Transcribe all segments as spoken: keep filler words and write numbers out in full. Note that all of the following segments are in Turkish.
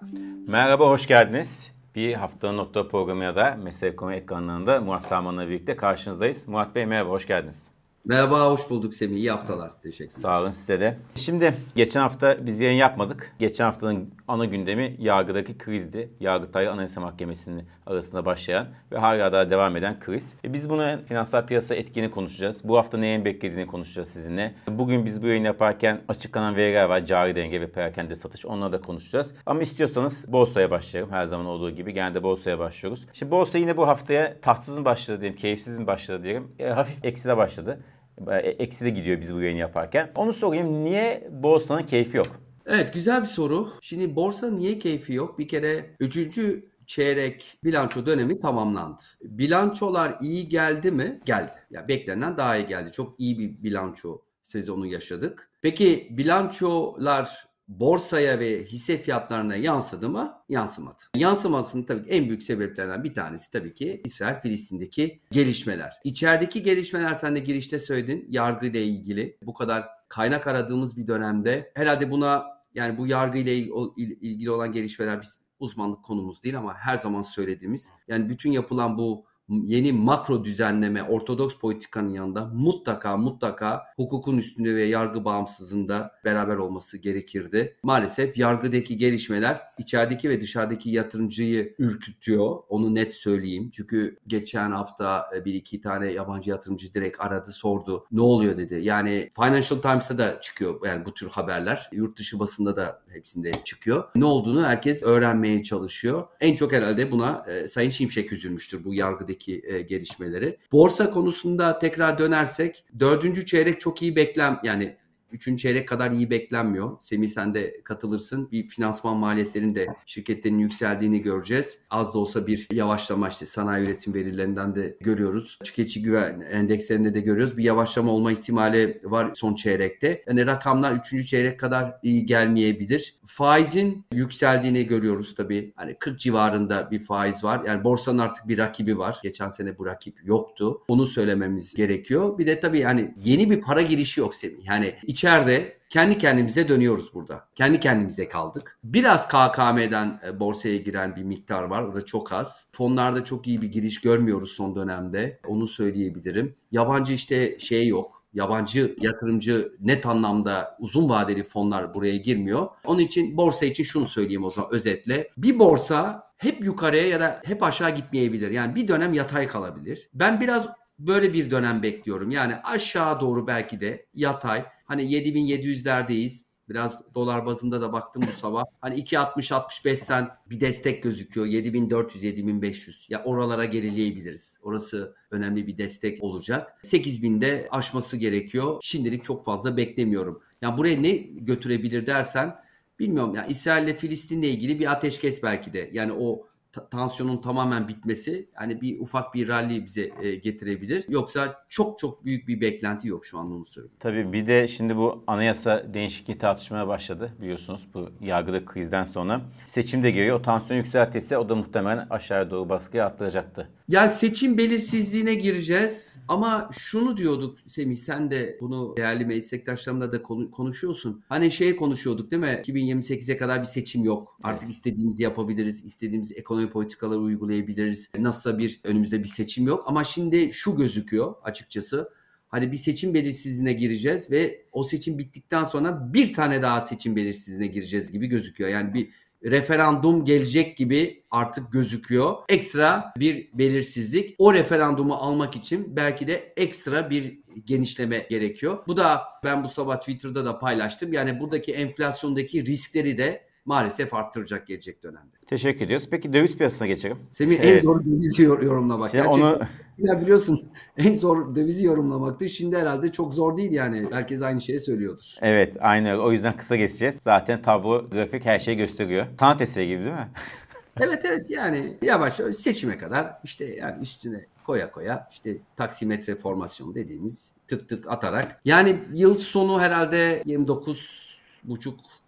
Merhaba, hoş geldiniz. Bir haftanın notları programı da Mesele Ekonomi ekranlarında Murat Salman'la birlikte karşınızdayız. Murat Bey merhaba, hoş geldiniz. Merhaba, hoş bulduk Semih. İyi haftalar. Teşekkürler. Sağ olun size de. Şimdi geçen hafta biz yayın yapmadık. Geçen haftanın ana gündemi yargıdaki krizdi. Yargıtay Anayasa Mahkemesi'nin arasında başlayan ve hala daha devam eden kriz. E biz bunu finansal piyasa etkiini konuşacağız. Bu hafta neyin beklediğini konuşacağız sizinle. Bugün biz bu yayını yaparken açıklanan veriler var. Cari denge ve perakende satış. Onları da konuşacağız. Ama istiyorsanız borsaya başlayalım. Her zaman olduğu gibi genelde borsaya başlıyoruz. Şimdi borsa yine bu haftaya tahtsız mı başladı diyeyim, keyifsiz mi başladı diyelim. E, hafif ekside başladı. Eksi de gidiyor biz bu yayını yaparken. Onu sorayım, niye borsanın keyfi yok? Evet, güzel bir soru. Şimdi borsa niye keyfi yok? Bir kere üçüncü çeyrek bilanço dönemi tamamlandı. Bilançolar iyi geldi mi? Geldi. Ya beklenen daha iyi geldi. Çok iyi bir bilanço sezonu yaşadık. Peki bilançolar borsaya ve hisse fiyatlarına yansıdı mı? Yansımadı. Yansımasının tabii ki en büyük sebeplerinden bir tanesi tabii ki İsrail-Filistin'deki gelişmeler. İçerideki gelişmeler, sen de girişte söyledin, yargıyla ilgili. Bu kadar kaynak aradığımız bir dönemde herhalde buna, yani bu yargıyla ilgili olan gelişmeler biz uzmanlık konumuz değil ama her zaman söylediğimiz, yani bütün yapılan bu yeni makro düzenleme, ortodoks politikanın yanında mutlaka mutlaka hukukun üstünde ve yargı bağımsızlığında beraber olması gerekirdi. Maalesef yargıdaki gelişmeler içerideki ve dışarıdaki yatırımcıyı ürkütüyor. Onu net söyleyeyim. Çünkü geçen hafta bir iki tane yabancı yatırımcı direkt aradı, sordu. Ne oluyor dedi. Yani Financial Times'ta da çıkıyor yani bu tür haberler. Yurt dışı basında da hepsinde çıkıyor. Ne olduğunu herkes öğrenmeye çalışıyor. En çok herhalde buna e, Sayın Şimşek üzülmüştür, bu yargıdaki e, gelişmeleri. Borsa konusunda tekrar dönersek, dördüncü çeyrek çok iyi beklem yani üçüncü çeyrek kadar iyi beklenmiyor. Semih, sen de katılırsın. Bir finansman maliyetlerinin de şirketlerin yükseldiğini göreceğiz. Az da olsa bir yavaşlama, işte sanayi üretim verilerinden de görüyoruz. Tüketici güven endekslerinde de görüyoruz. Bir yavaşlama olma ihtimali var son çeyrekte. Yani rakamlar üçüncü çeyrek kadar iyi gelmeyebilir. Faizin yükseldiğini görüyoruz tabii. Hani kırk civarında bir faiz var. Yani borsanın artık bir rakibi var. Geçen sene bu rakip yoktu. Onu söylememiz gerekiyor. Bir de tabii hani yeni bir para girişi yok Semih. Yani İçeride kendi kendimize dönüyoruz burada. Kendi kendimize kaldık. Biraz K K M'den borsaya giren bir miktar var. O da çok az. Fonlarda çok iyi bir giriş görmüyoruz son dönemde. Onu söyleyebilirim. Yabancı işte şey yok. Yabancı yatırımcı net anlamda uzun vadeli fonlar buraya girmiyor. Onun için borsa için şunu söyleyeyim o zaman özetle. Bir borsa hep yukarıya ya da hep aşağı gitmeyebilir. Yani bir dönem yatay kalabilir. Ben biraz böyle bir dönem bekliyorum. Yani aşağı doğru belki de yatay. Hani yedi bin yedi yüzlerdeyiz. Biraz dolar bazında da baktım bu sabah. Hani iki altmış altmış beş sen bir destek gözüküyor. yedi bin dört yüz yedi bin beş yüz. Ya oralara gerileyebiliriz. Orası önemli bir destek olacak. sekiz binde aşması gerekiyor. Şimdilik çok fazla beklemiyorum. Yani buraya ne götürebilir dersen bilmiyorum. Yani İsrail ile Filistin'le ilgili bir ateşkes belki de. Yani o ta- tansiyonun tamamen bitmesi, yani bir ufak bir rally bize e, getirebilir. Yoksa çok çok büyük bir beklenti yok şu an, onu söyleyeyim. Tabii bir de şimdi bu anayasa değişikliği tartışmaya başladı biliyorsunuz, bu yargıda krizden sonra. Seçim de geliyor. O tansiyon yükseltirse o da muhtemelen aşağı doğru baskıyı arttıracaktı. Yani seçim belirsizliğine gireceğiz ama şunu diyorduk Semih, sen de bunu değerli meslektaşlarımla da konu- konuşuyorsun. Hani şey konuşuyorduk değil mi? iki bin yirmi sekize kadar bir seçim yok. Artık Evet. istediğimizi yapabiliriz, istediğimiz ekonomi politikaları uygulayabiliriz. Nasılsa bir önümüzde bir seçim yok ama şimdi şu gözüküyor açıkçası. Hani bir seçim belirsizliğine gireceğiz ve o seçim bittikten sonra bir tane daha seçim belirsizliğine gireceğiz gibi gözüküyor. Yani bir referandum gelecek gibi artık gözüküyor. Ekstra bir belirsizlik. O referandumu almak için belki de ekstra bir genişleme gerekiyor. Bu da ben bu sabah Twitter'da da paylaştım. Yani buradaki enflasyondaki riskleri de maalesef arttıracak gelecek dönemde. Teşekkür ediyoruz. Peki döviz piyasasına geçelim. Semih, en Evet. zor dövizi yor- yorumlamak. Şimdi onu Gerçekten ya biliyorsun, en zor dövizi yorumlamaktır. Şimdi herhalde çok zor değil yani. Herkes aynı şeyi söylüyordur. evet, aynı öyle. O yüzden kısa geçeceğiz. Zaten tablo, grafik her şeyi gösteriyor. Sanat eseri gibi değil mi? Evet evet, yani yavaş yavaş seçime kadar işte yani üstüne koya koya işte taksimetre formasyon dediğimiz tık tık atarak, yani yıl sonu herhalde yirmi dokuz buçuk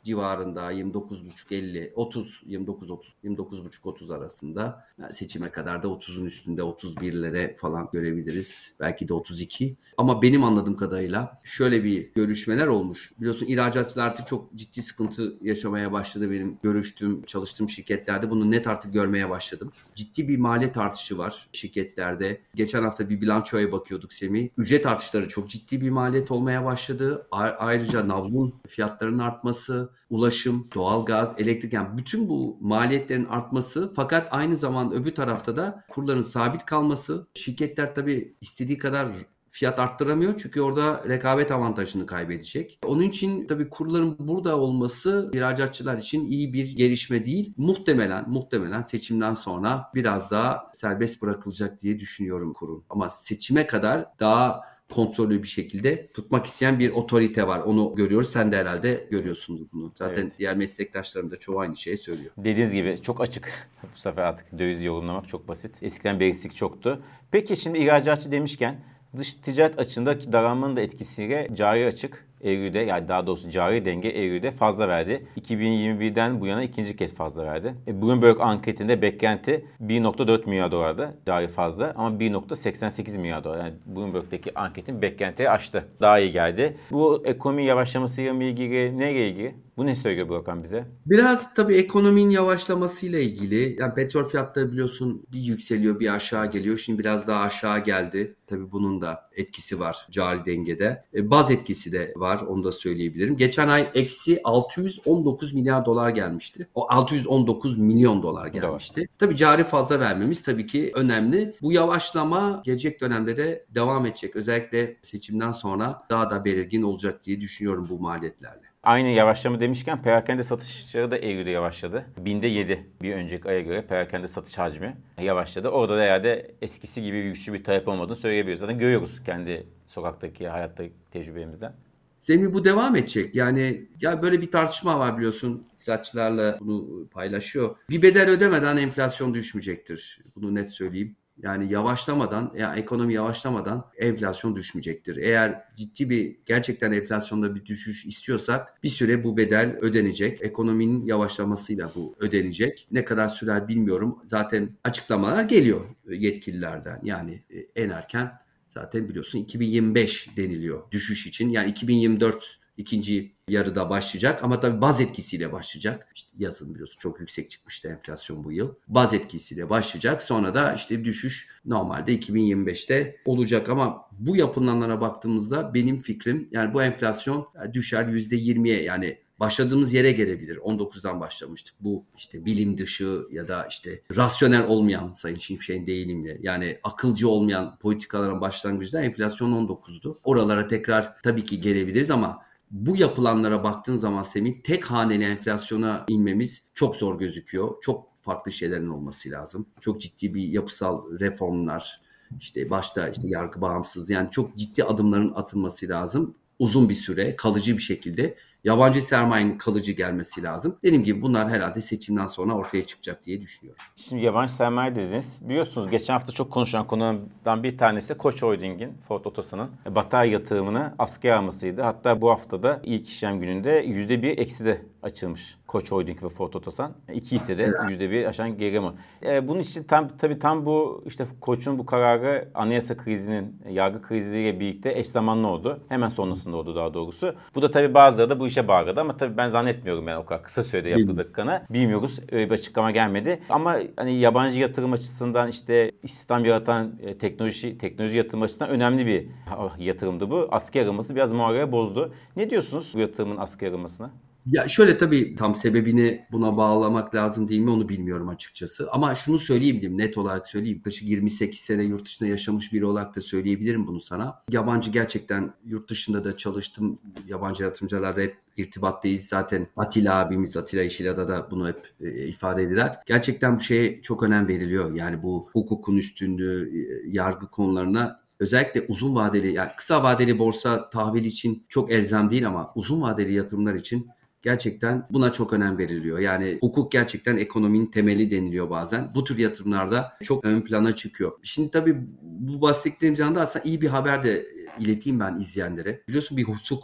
civarında, yirmi dokuz buçuk elli, otuz, yirmi dokuz otuz, yirmi dokuz buçuk otuz arasında. Yani seçime kadar da otuzun üstünde otuz birlere falan görebiliriz. Belki de otuz iki. Ama benim anladığım kadarıyla şöyle bir görüşmeler olmuş. Biliyorsun ihracatçılar artık çok ciddi sıkıntı yaşamaya başladı. Benim görüştüğüm, çalıştığım şirketlerde bunu net artık görmeye başladım. Ciddi bir maliyet artışı var şirketlerde. Geçen hafta bir bilançoya bakıyorduk Semih. Ücret artışları çok ciddi bir maliyet olmaya başladı. A- ayrıca navlun fiyatlarının artması, ulaşım, doğalgaz, elektrik, yani bütün bu maliyetlerin artması, fakat aynı zamanda öbür tarafta da kurların sabit kalması. Şirketler tabii istediği kadar fiyat arttıramıyor çünkü orada rekabet avantajını kaybedecek. Onun için tabii kurların burada olması ihracatçılar için iyi bir gelişme değil. Muhtemelen muhtemelen seçimden sonra biraz daha serbest bırakılacak diye düşünüyorum kurun. Ama seçime kadar daha kontrollü bir şekilde tutmak isteyen bir otorite var. Onu görüyoruz. Sen de herhalde görüyorsundur bunu. Zaten evet. Diğer meslektaşlarım da çoğu aynı şeyi söylüyor. Dediğiniz gibi çok açık. Bu sefer artık dövizi yorumlamak çok basit. Eskiden belirsizlik çoktu. Peki şimdi ihracatçı demişken dış ticaret açığındaki daralmanın da etkisiyle cari açık Eylül'de, yani daha doğrusu cari denge Eylül'de fazla verdi. iki bin yirmi birden bu yana ikinci kez fazla verdi. E, Bloomberg anketinde beklenti bir nokta dört milyar dolardı cari fazla ama bir nokta seksen sekiz milyar dolar. Yani Bloomberg'deki anketin beklentiyi aştı. Daha iyi geldi. Bu ekonomi yavaşlamasıyla mı ilgili, neyle ilgili? Bu ne söylüyor bu rakam bize? Biraz tabii ekonominin yavaşlamasıyla ilgili. Yani petrol fiyatları biliyorsun bir yükseliyor bir aşağı geliyor. Şimdi biraz daha aşağı geldi. Tabii bunun da etkisi var cari dengede. E, baz etkisi de var, onu da söyleyebilirim. Geçen ay eksi altı yüz on dokuz milyar dolar gelmişti. O altı yüz on dokuz milyon dolar gelmişti. Doğru. Tabii cari fazla vermemiz tabii ki önemli. Bu yavaşlama gelecek dönemde de devam edecek. Özellikle seçimden sonra daha da belirgin olacak diye düşünüyorum bu maliyetlerle. Aynı yavaşlama demişken perakende satışları da Eylül'de yavaşladı. Binde yedi bir önceki aya göre perakende satış hacmi yavaşladı. Orada da herhalde eskisi gibi güçlü bir talep olmadığını söyleyebiliriz. Zaten görüyoruz kendi sokaktaki, hayattaki tecrübemizden. Semih, bu devam edecek. Yani ya böyle bir tartışma var biliyorsun. İktisatçılarla bunu paylaşıyor. Bir bedel ödemeden enflasyon düşmeyecektir. Bunu net söyleyeyim. Yani yavaşlamadan, yani ekonomi yavaşlamadan enflasyon düşmeyecektir. Eğer ciddi bir gerçekten enflasyonda bir düşüş istiyorsak bir süre bu bedel ödenecek. Ekonominin yavaşlamasıyla bu ödenecek. Ne kadar sürer bilmiyorum. Zaten açıklamalar geliyor yetkililerden. Yani en erken zaten biliyorsun iki bin yirmi beş deniliyor düşüş için. Yani iki bin yirmi dört ikinci yarıda başlayacak ama tabii baz etkisiyle başlayacak. İşte yazın biliyorsun çok yüksek çıkmıştı enflasyon bu yıl. Baz etkisiyle başlayacak. Sonra da işte düşüş normalde iki bin yirmi beşte olacak ama bu yapılanlara baktığımızda benim fikrim yani bu enflasyon düşer yüzde yirmiye, yani başladığımız yere gelebilir. on dokuzdan başlamıştık. Bu işte bilim dışı ya da işte rasyonel olmayan, Sayın Şimşek'in deyimiyle, yani akılcı olmayan politikaların başlangıcında enflasyon on dokuzdu. Oralara tekrar tabii ki gelebiliriz ama bu yapılanlara baktığın zaman Semih, tek haneli enflasyona inmemiz çok zor gözüküyor. Çok farklı şeylerin olması lazım. Çok ciddi bir yapısal reformlar, işte başta işte yargı bağımsız, yani çok ciddi adımların atılması lazım. Uzun bir süre kalıcı bir şekilde yabancı sermayenin kalıcı gelmesi lazım. Dediğim gibi bunlar herhalde seçimden sonra ortaya çıkacak diye düşünüyorum. Şimdi yabancı sermaye dediniz. Biliyorsunuz geçen hafta çok konuşulan konulardan bir tanesi de Koç Holding'in, Ford Otosan'ın Batı'ya yatırımını askıya almasıydı. Hatta bu haftada ilk işlem gününde yüzde bir ekside açılmış Koç Holding ve Ford Otosan. İki hissede evet. yüzde bir aşan gerileme. Ee, bunun için tam tabii tam bu işte Koç'un bu kararı anayasa krizinin, yargı kriziyle birlikte eş zamanlı oldu. Hemen sonrasında oldu daha doğrusu. Bu da tabii bazıları da bu işe bağladı ama tabii ben zannetmiyorum yani o kadar kısa sürede yapıldıklarını. Bilmiyoruz. Öyle bir açıklama gelmedi. Ama hani yabancı yatırım açısından işte istihdam yaratan e, teknoloji teknoloji yatırım açısından önemli bir yatırımdı bu. Askıya alınması biraz morali bozdu. Ne diyorsunuz bu yatırımın askıya alınmasına? Ya şöyle, tabii tam sebebini buna bağlamak lazım değil mi onu bilmiyorum açıkçası. Ama şunu söyleyeyim, net olarak söyleyeyim. Yaklaşık yirmi sekiz sene yurt dışında yaşamış biri olarak da söyleyebilirim bunu sana. Yabancı, gerçekten yurt dışında da çalıştım. Yabancı yatırımcılarla hep irtibattayız. Zaten Atilla abimiz, Atilla İşilada da bunu hep e, ifade eder. Gerçekten bu şeye çok önem veriliyor. Yani bu hukukun üstünlüğü, e, yargı konularına özellikle uzun vadeli, yani kısa vadeli borsa tahvil için çok elzem değil ama uzun vadeli yatırımlar için gerçekten buna çok önem veriliyor. Yani hukuk gerçekten ekonominin temeli deniliyor bazen. Bu tür yatırımlarda çok ön plana çıkıyor. Şimdi tabii bu bahsettiğim anda aslında iyi bir haber de ileteyim ben izleyenlere. Biliyorsun bir hukuk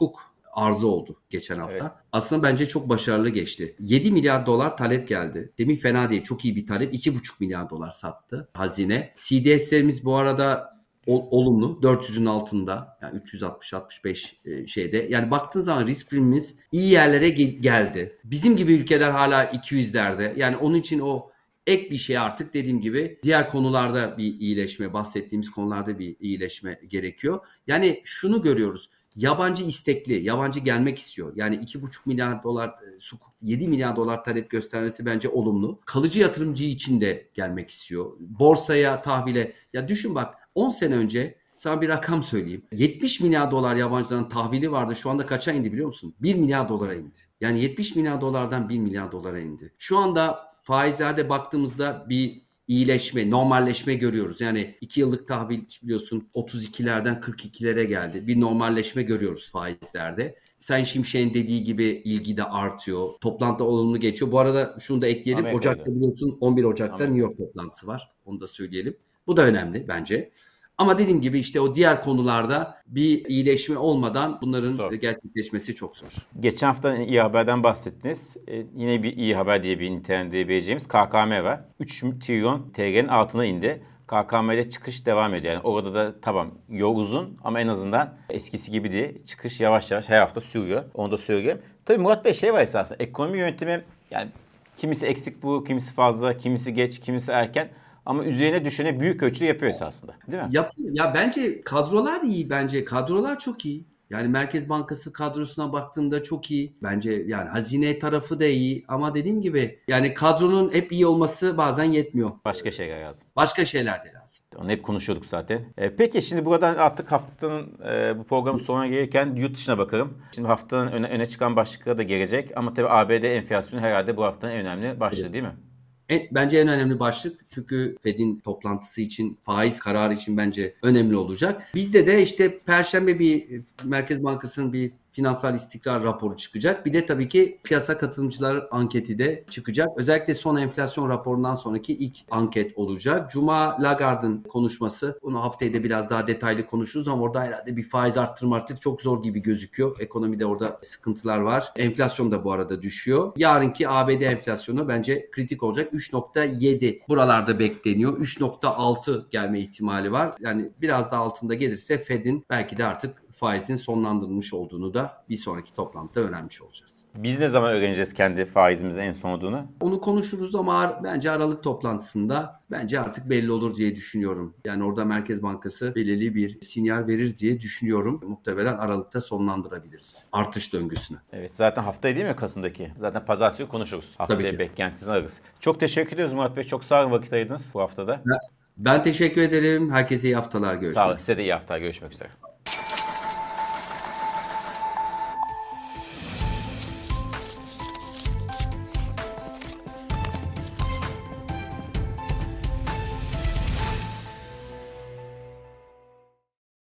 arzı oldu geçen hafta. Evet. Aslında bence çok başarılı geçti. yedi milyar dolar talep geldi. Demin fena değil. Çok iyi bir talep. iki buçuk milyar dolar sattı hazine. C D S'lerimiz bu arada olumlu. dört yüzün altında. Yani üç yüz altmış altmış beş şeyde. Yani baktığın zaman risk primimiz iyi yerlere geldi. Bizim gibi ülkeler hala iki yüzlerde. Yani onun için o ek bir şey artık dediğim gibi diğer konularda bir iyileşme, bahsettiğimiz konularda bir iyileşme gerekiyor. Yani şunu görüyoruz. Yabancı istekli, yabancı gelmek istiyor. Yani iki buçuk milyar dolar, yedi milyar dolar talep göstermesi bence olumlu. Kalıcı yatırımcı için de gelmek istiyor. Borsaya, tahvile. Ya düşün bak on sene önce sana bir rakam söyleyeyim. yetmiş milyar dolar yabancıların tahvili vardı. Şu anda kaça indi biliyor musun? bir milyar dolara indi. Yani yetmiş milyar dolardan bir milyar dolara indi. Şu anda faizlerde baktığımızda bir iyileşme, normalleşme görüyoruz. Yani iki yıllık tahvil biliyorsun otuz ikilerden kırk ikilere geldi. Bir normalleşme görüyoruz faizlerde. Sayın Şimşek'in dediği gibi ilgi de artıyor. Toplantı olumlu geçiyor. Bu arada şunu da ekleyelim. Amerika'da. Ocak'ta biliyorsun on bir Ocak'ta Amerika. New York toplantısı var. Onu da söyleyelim. Bu da önemli bence. Ama dediğim gibi işte o diğer konularda bir iyileşme olmadan bunların zor. Gerçekleşmesi çok zor. Geçen hafta iyi haberden bahsettiniz. Ee, yine bir iyi haber diye bir nitelendirebileceğimiz K K M var. üç trilyon T L'nin altına indi. K K M'de çıkış devam ediyor. Yani orada da tamam yol uzun ama en azından eskisi gibi değil. Çıkış yavaş yavaş her hafta sürüyor. Onu da söyleyeyim. Tabii Murat Bey şey var esasında. Ekonomi yönetimi yani kimisi eksik bu, kimisi fazla, kimisi geç, kimisi erken. Ama üzerine düşene büyük ölçüde yapıyor esasında. Değil mi? Yapıyor. Ya bence kadrolar iyi bence. Kadrolar çok iyi. Yani Merkez Bankası kadrosuna baktığında çok iyi. Bence yani hazine tarafı da iyi. Ama dediğim gibi yani kadronun hep iyi olması bazen yetmiyor. Başka şeyler lazım. Başka şeyler de lazım. Onu hep konuşuyorduk zaten. E, peki şimdi buradan artık haftanın e, bu programın sonuna gelirken yurt dışına bakalım. Şimdi haftanın öne, öne çıkan başlıkları da gelecek. Ama tabii A B D enflasyonu herhalde bu haftanın en önemli başlığı evet. Değil mi? En, bence en önemli başlık çünkü Fed'in toplantısı için faiz kararı için bence önemli olacak. Bizde de işte Perşembe bir Merkez Bankası'nın bir finansal istikrar raporu çıkacak. Bir de tabii ki piyasa katılımcılar anketi de çıkacak. Özellikle son enflasyon raporundan sonraki ilk anket olacak. Cuma Lagarde'ın konuşması. Onu haftaya da biraz daha detaylı konuşuruz ama orada herhalde bir faiz arttırma artık çok zor gibi gözüküyor. Ekonomide orada sıkıntılar var. Enflasyon da bu arada düşüyor. Yarınki A B D enflasyonu bence kritik olacak. üç nokta yedi buralarda bekleniyor. üç nokta altı gelme ihtimali var. Yani biraz daha altında gelirse Fed'in belki de artık faizin sonlandırılmış olduğunu da bir sonraki toplantıda öğrenmiş olacağız. Biz ne zaman öğreneceğiz kendi faizimizin en son olduğunu? Onu konuşuruz ama bence Aralık toplantısında bence artık belli olur diye düşünüyorum. Yani orada Merkez Bankası belirli bir sinyal verir diye düşünüyorum. Muhtemelen Aralık'ta sonlandırabiliriz artış döngüsünü. Evet zaten haftaya değil mi Kasım'daki? Zaten pazartesi konuşuruz. Haftaya beklentisini alırız. Çok teşekkür ediyoruz Murat Bey. Çok sağ olun vakit ayırdınız bu haftada. Ben teşekkür ederim. Herkese iyi haftalar. Görüşmek üzere. Sağ olun. Size de iyi haftalar. Görüşmek üzere.